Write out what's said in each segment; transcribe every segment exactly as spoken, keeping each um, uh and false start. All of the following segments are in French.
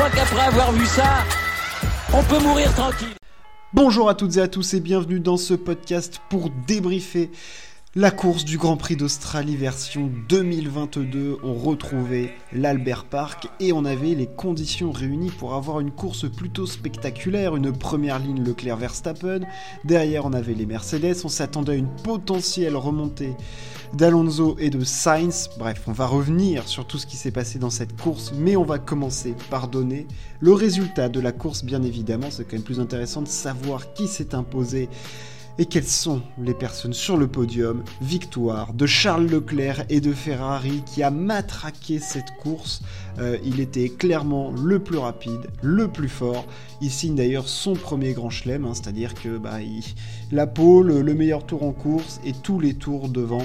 crois qu'après avoir vu ça, on peut mourir tranquille. Bonjour à toutes et à tous et bienvenue dans ce podcast pour débriefer la course du Grand Prix d'Australie version deux mille vingt-deux. On retrouvait l'Albert Park et on avait les conditions réunies pour avoir une course plutôt spectaculaire. Une première ligne Leclerc-Verstappen, derrière on avait les Mercedes, on s'attendait à une potentielle remontée d'Alonso et de Sainz. Bref, on va revenir sur tout ce qui s'est passé dans cette course, mais on va commencer par donner le résultat de la course, bien évidemment. C'est quand même plus intéressant de savoir qui s'est imposé et quelles sont les personnes sur le podium. Victoire de Charles Leclerc et de Ferrari qui a matraqué cette course. Euh, il était clairement le plus rapide, le plus fort. Il signe d'ailleurs son premier grand chelem, hein, c'est-à-dire que bah, il, la pole, le meilleur tour en course et tous les tours devant.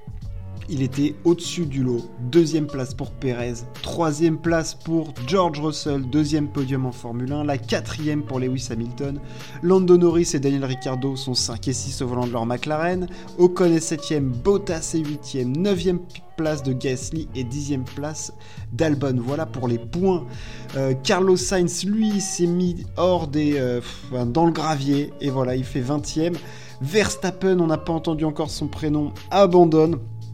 Il était au-dessus du lot. Deuxième place pour Perez, troisième place pour George Russell, deuxième podium en Formule un, la quatrième pour Lewis Hamilton. Lando Norris et Daniel Ricciardo sont cinq et six au volant de leur McLaren. Ocon est septième, Bottas est huitième, neuvième place de Gasly et dixième place d'Albon. Voilà pour les points. Euh, Carlos Sainz, lui, s'est mis hors des, euh, dans le gravier et voilà, il fait vingtième. Verstappen, on n'a pas entendu encore son prénom, abandonne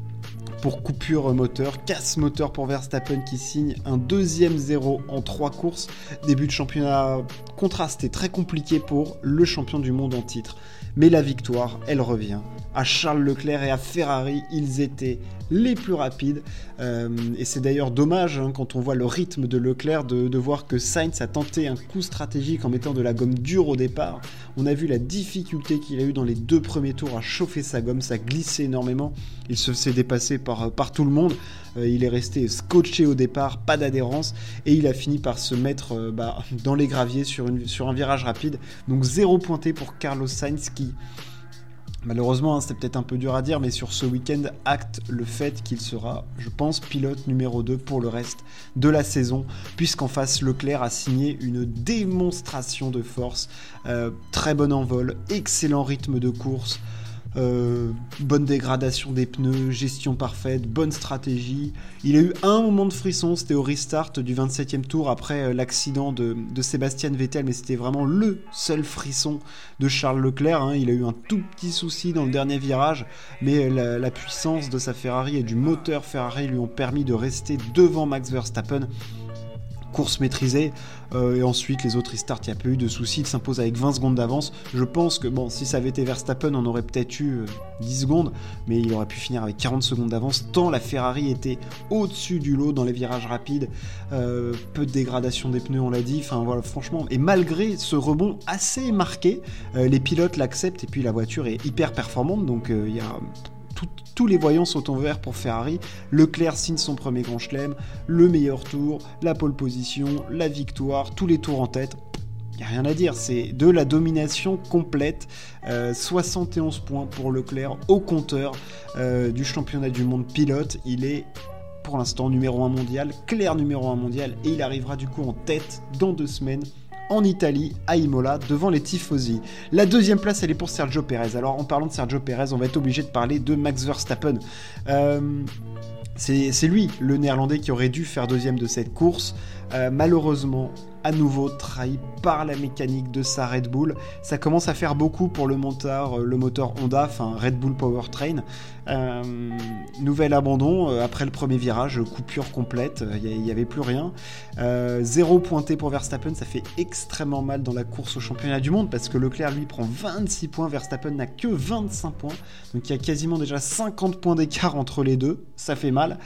pour coupure moteur, casse moteur pour Verstappen qui signe un deuxième zéro en trois courses. Début de championnat contrasté, très compliqué pour le champion du monde en titre. Mais la victoire, elle revient à Charles Leclerc et à Ferrari. Ils étaient les plus rapides. Euh, et c'est d'ailleurs dommage, hein, quand on voit le rythme de Leclerc, de, de voir que Sainz a tenté un coup stratégique en mettant de la gomme dure au départ. On a vu la difficulté qu'il a eu dans les deux premiers tours à chauffer sa gomme. Ça glissait énormément. Il se s'est dépassé par, par tout le monde. Euh, il est resté scotché au départ, pas d'adhérence. Et il a fini par se mettre euh, bah, dans les graviers sur, une, sur un virage rapide. Donc zéro pointé pour Carlos Sainz qui... Malheureusement, hein, c'était peut-être un peu dur à dire, mais sur ce week-end, acte le fait qu'il sera, je pense, pilote numéro deux pour le reste de la saison, puisqu'en face, Leclerc a signé une démonstration de force, euh, très bon envol, excellent rythme de course, Euh, bonne dégradation des pneus, gestion parfaite, bonne stratégie. Il a eu un moment de frisson, c'était au restart du vingt-septième tour après euh, l'accident de, de Sébastien Vettel, mais c'était vraiment le seul frisson de Charles Leclerc, hein. Il a eu un tout petit souci dans le dernier virage, mais la, la puissance de sa Ferrari et du moteur Ferrari lui ont permis de rester devant Max Verstappen. Course maîtrisée, euh, et ensuite les autres restarts, il n'y a pas eu de soucis, il s'impose avec vingt secondes d'avance. Je pense que bon, si ça avait été Verstappen, on aurait peut-être eu euh, dix secondes, mais il aurait pu finir avec quarante secondes d'avance, tant la Ferrari était au-dessus du lot dans les virages rapides, euh, peu de dégradation des pneus, on l'a dit, enfin voilà, franchement, et malgré ce rebond assez marqué, euh, les pilotes l'acceptent, et puis la voiture est hyper performante, donc il euh, y a... Tout, tous les voyants sont en vert pour Ferrari. Leclerc signe son premier grand chelem, le meilleur tour, la pole position, la victoire, tous les tours en tête. Il n'y a rien à dire, c'est de la domination complète. Euh, soixante et onze points pour Leclerc au compteur euh, du championnat du monde pilote. Il est pour l'instant numéro un mondial, clair numéro un mondial, et il arrivera du coup en tête dans deux semaines. En Italie, à Imola, devant les tifosi. La deuxième place, elle est pour Sergio Pérez. Alors, en parlant de Sergio Pérez, on va être obligé de parler de Max Verstappen. Euh, c'est, c'est lui, le néerlandais, qui aurait dû faire deuxième de cette course. Euh, malheureusement, à nouveau trahi par la mécanique de sa Red Bull. Ça commence à faire beaucoup pour le moteur, le moteur Honda, enfin Red Bull Powertrain. Euh, nouvel abandon euh, après le premier virage, coupure complète, il n'y avait plus rien. Euh, zéro pointé pour Verstappen, ça fait extrêmement mal dans la course au championnat du monde parce que Leclerc lui prend vingt-six points, Verstappen n'a que vingt-cinq points, donc il y a quasiment déjà cinquante points d'écart entre les deux, ça fait mal.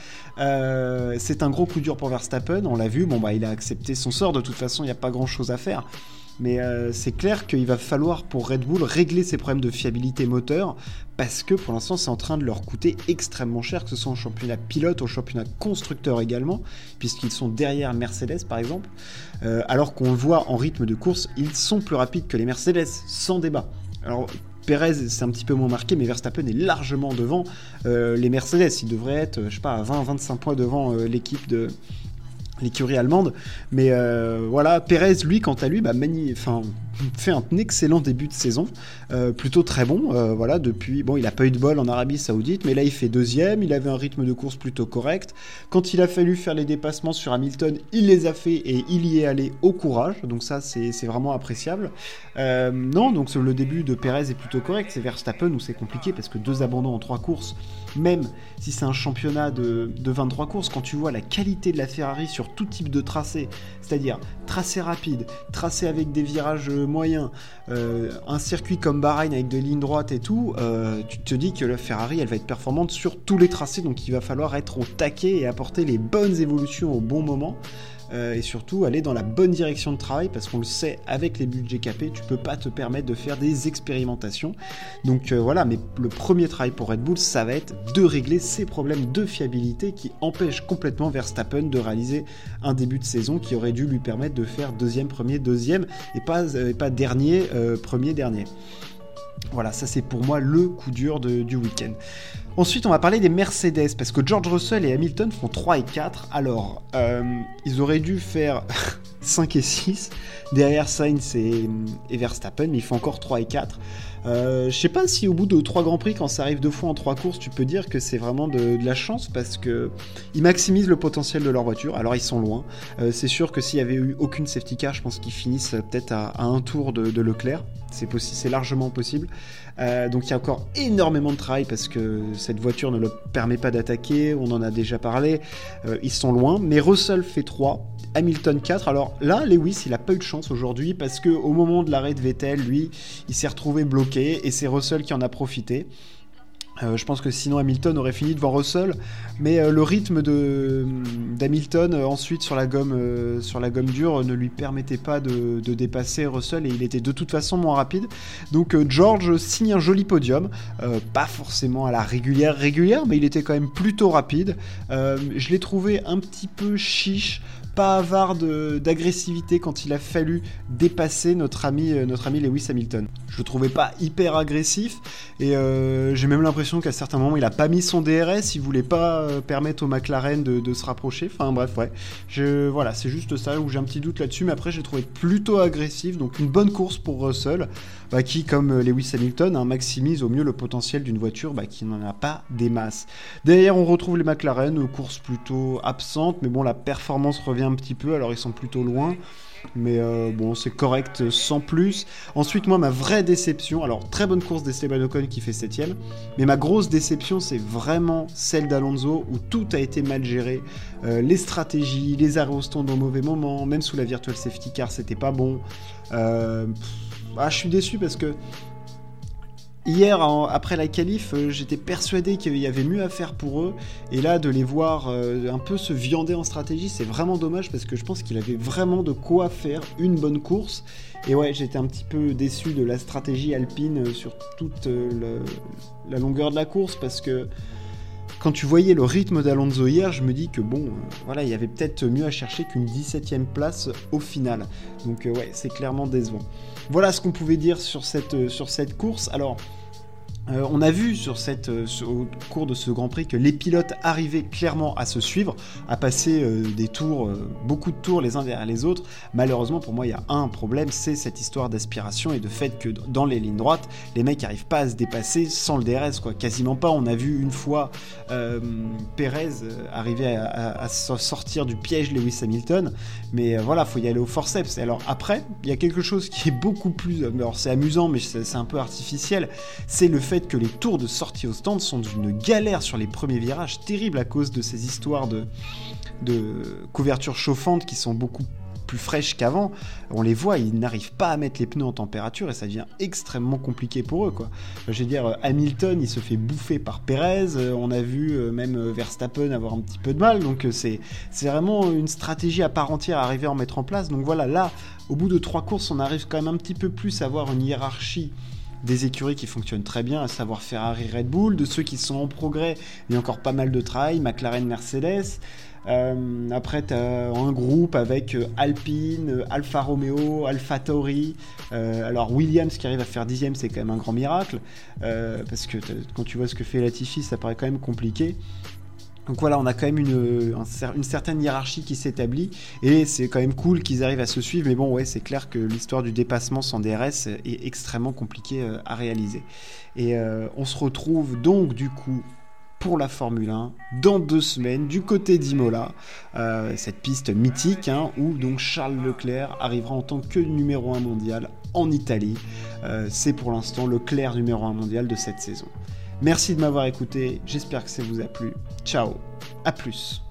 Euh, c'est un gros coup dur pour Verstappen, on l'a vu, bon bah il a accepté son sort, de toute façon il n'y a pas grand chose à faire. Mais euh, c'est clair qu'il va falloir pour Red Bull régler ses problèmes de fiabilité moteur parce que pour l'instant c'est en train de leur coûter extrêmement cher, que ce soit en championnat pilote, au championnat constructeur également, puisqu'ils sont derrière Mercedes par exemple, euh, alors qu'on le voit en rythme de course, ils sont plus rapides que les Mercedes, sans débat. Alors Perez c'est un petit peu moins marqué, mais Verstappen est largement devant euh, les Mercedes, il devrait être je sais pas, à vingt à vingt-cinq points devant euh, l'équipe de... l'écurie allemande, mais euh, voilà, Pérez, lui, quant à lui, bah, mani... enfin, fait un excellent début de saison, euh, plutôt très bon, euh, voilà, depuis, bon, il a pas eu de bol en Arabie Saoudite, mais là il fait deuxième, il avait un rythme de course plutôt correct, quand il a fallu faire les dépassements sur Hamilton, il les a fait et il y est allé au courage, donc ça c'est, c'est vraiment appréciable. Euh, non, donc le début de Perez est plutôt correct, c'est Verstappen où c'est compliqué, parce que deux abandons en trois courses, même si c'est un championnat de, de vingt-trois courses, quand tu vois la qualité de la Ferrari sur tout type de tracé, c'est-à-dire tracé rapide, tracé avec des virages moyens, euh, un circuit comme Bahreïn avec des lignes droites et tout, euh, tu te dis que la Ferrari elle va être performante sur tous les tracés, donc il va falloir être au taquet et apporter les bonnes évolutions au bon moment. Euh, et surtout aller dans la bonne direction de travail, parce qu'on le sait, avec les budgets capés, tu peux pas te permettre de faire des expérimentations. Donc euh, voilà, mais le premier travail pour Red Bull, ça va être de régler ces problèmes de fiabilité qui empêchent complètement Verstappen de réaliser un début de saison qui aurait dû lui permettre de faire deuxième, premier, deuxième, et pas, euh, et pas dernier, euh, premier, dernier. Voilà, ça c'est pour moi le coup dur de, du week-end. Ensuite, on va parler des Mercedes, parce que George Russell et Hamilton font trois et quatre. Alors, euh, ils auraient dû faire cinq et six, derrière Sainz et, et Verstappen, mais ils font encore trois et quatre. Euh, je sais pas si au bout de trois Grands Prix, quand ça arrive deux fois en trois courses, tu peux dire que c'est vraiment de, de la chance, parce que ils maximisent le potentiel de leur voiture. Alors ils sont loin. Euh, c'est sûr que s'il y avait eu aucune safety car, je pense qu'ils finissent peut-être à, à un tour de, de Leclerc. C'est, possi- c'est largement possible. Euh, donc il y a encore énormément de travail, parce que cette voiture ne leur permet pas d'attaquer, on en a déjà parlé, euh, ils sont loin, mais Russell fait trois, Hamilton quatre. Alors là, Lewis, il a pas eu de chance aujourd'hui, parce qu'au moment de l'arrêt de Vettel, lui, il s'est retrouvé bloqué, et c'est Russell qui en a profité. Euh, je pense que sinon Hamilton aurait fini devant Russell, mais euh, le rythme de, d'Hamilton euh, ensuite sur la gomme, euh, sur la gomme dure ne lui permettait pas de, de dépasser Russell, et il était de toute façon moins rapide. Donc euh, George signe un joli podium, euh, pas forcément à la régulière régulière, mais il était quand même plutôt rapide. Euh, je l'ai trouvé un petit peu chiche, pas avare de, d'agressivité quand il a fallu dépasser notre ami, euh, notre ami Lewis Hamilton. Je le trouvais pas hyper agressif, et euh, j'ai même l'impression qu'à certains moments il a pas mis son D R S, il voulait pas euh, permettre au McLaren de, de se rapprocher. Enfin bref, ouais. Je, voilà, c'est juste ça où j'ai un petit doute là-dessus, mais après j'ai trouvé plutôt agressif, donc une bonne course pour Russell, bah, qui, comme Lewis Hamilton, hein, maximise au mieux le potentiel d'une voiture bah, qui n'en a pas des masses. Derrière, on retrouve les McLaren, course plutôt absente, mais bon, la performance revient un petit peu, alors ils sont plutôt loin. Mais euh, bon, c'est correct sans plus. Ensuite, moi, ma vraie déception, alors très bonne course d'Esteban Ocon qui fait septième, mais ma grosse déception, c'est vraiment celle d'Alonso, où tout a été mal géré. Euh, les stratégies, les arrêts au stand au mauvais moment, même sous la virtual safety car, c'était pas bon. Euh, pff, ah, je suis déçu parce que hier, en, après la qualif, euh, j'étais persuadé qu'il y avait mieux à faire pour eux, et là, de les voir euh, un peu se viander en stratégie, c'est vraiment dommage, parce que je pense qu'il avait vraiment de quoi faire une bonne course, et ouais, j'étais un petit peu déçu de la stratégie alpine euh, sur toute euh, le, la longueur de la course, parce que quand tu voyais le rythme d'Alonso hier, je me dis que bon, euh, voilà, il y avait peut-être mieux à chercher qu'une dix-septième place au final, donc euh, ouais, c'est clairement décevant. Voilà ce qu'on pouvait dire sur cette, euh, sur cette course. Alors, euh, on a vu sur cette, euh, sur, au cours de ce Grand Prix que les pilotes arrivaient clairement à se suivre, à passer euh, des tours, euh, beaucoup de tours les uns derrière les autres. Malheureusement, pour moi, il y a un problème, c'est cette histoire d'aspiration et de fait que dans les lignes droites, les mecs n'arrivent pas à se dépasser sans le D R S, quoi. Quasiment pas. On a vu une fois euh, Perez arriver à, à, à sortir du piège Lewis Hamilton, mais euh, voilà, faut y aller au forceps. Et alors après, il y a quelque chose qui est beaucoup plus, alors c'est amusant, mais c'est, c'est un peu artificiel, c'est le fait que les tours de sortie au stand sont d'une galère sur les premiers virages, terrible à cause de ces histoires de, de couverture chauffante qui sont beaucoup plus fraîches qu'avant. On les voit, ils n'arrivent pas à mettre les pneus en température et ça devient extrêmement compliqué pour eux, quoi. Je veux dire, Hamilton, il se fait bouffer par Perez, on a vu même Verstappen avoir un petit peu de mal, donc c'est, c'est vraiment une stratégie à part entière à arriver à en mettre en place. Donc voilà, là, au bout de trois courses, on arrive quand même un petit peu plus à avoir une hiérarchie des écuries qui fonctionnent très bien, à savoir Ferrari, Red Bull, de ceux qui sont en progrès, il y a encore pas mal de travail, McLaren, Mercedes. Euh, après, tu as un groupe avec Alpine, Alfa Romeo, Alfa Tauri. Euh, alors, Williams qui arrive à faire dixième, c'est quand même un grand miracle, euh, parce que quand tu vois ce que fait Latifi, ça paraît quand même compliqué. Donc voilà, on a quand même une, une certaine hiérarchie qui s'établit et c'est quand même cool qu'ils arrivent à se suivre. Mais bon, ouais, c'est clair que l'histoire du dépassement sans D R S est extrêmement compliquée à réaliser. Et euh, on se retrouve donc du coup pour la Formule un dans deux semaines du côté d'Imola, euh, cette piste mythique hein, où donc Charles Leclerc arrivera en tant que numéro un mondial en Italie. Euh, c'est pour l'instant Leclerc numéro un mondial de cette saison. Merci de m'avoir écouté, j'espère que ça vous a plu. Ciao, à plus.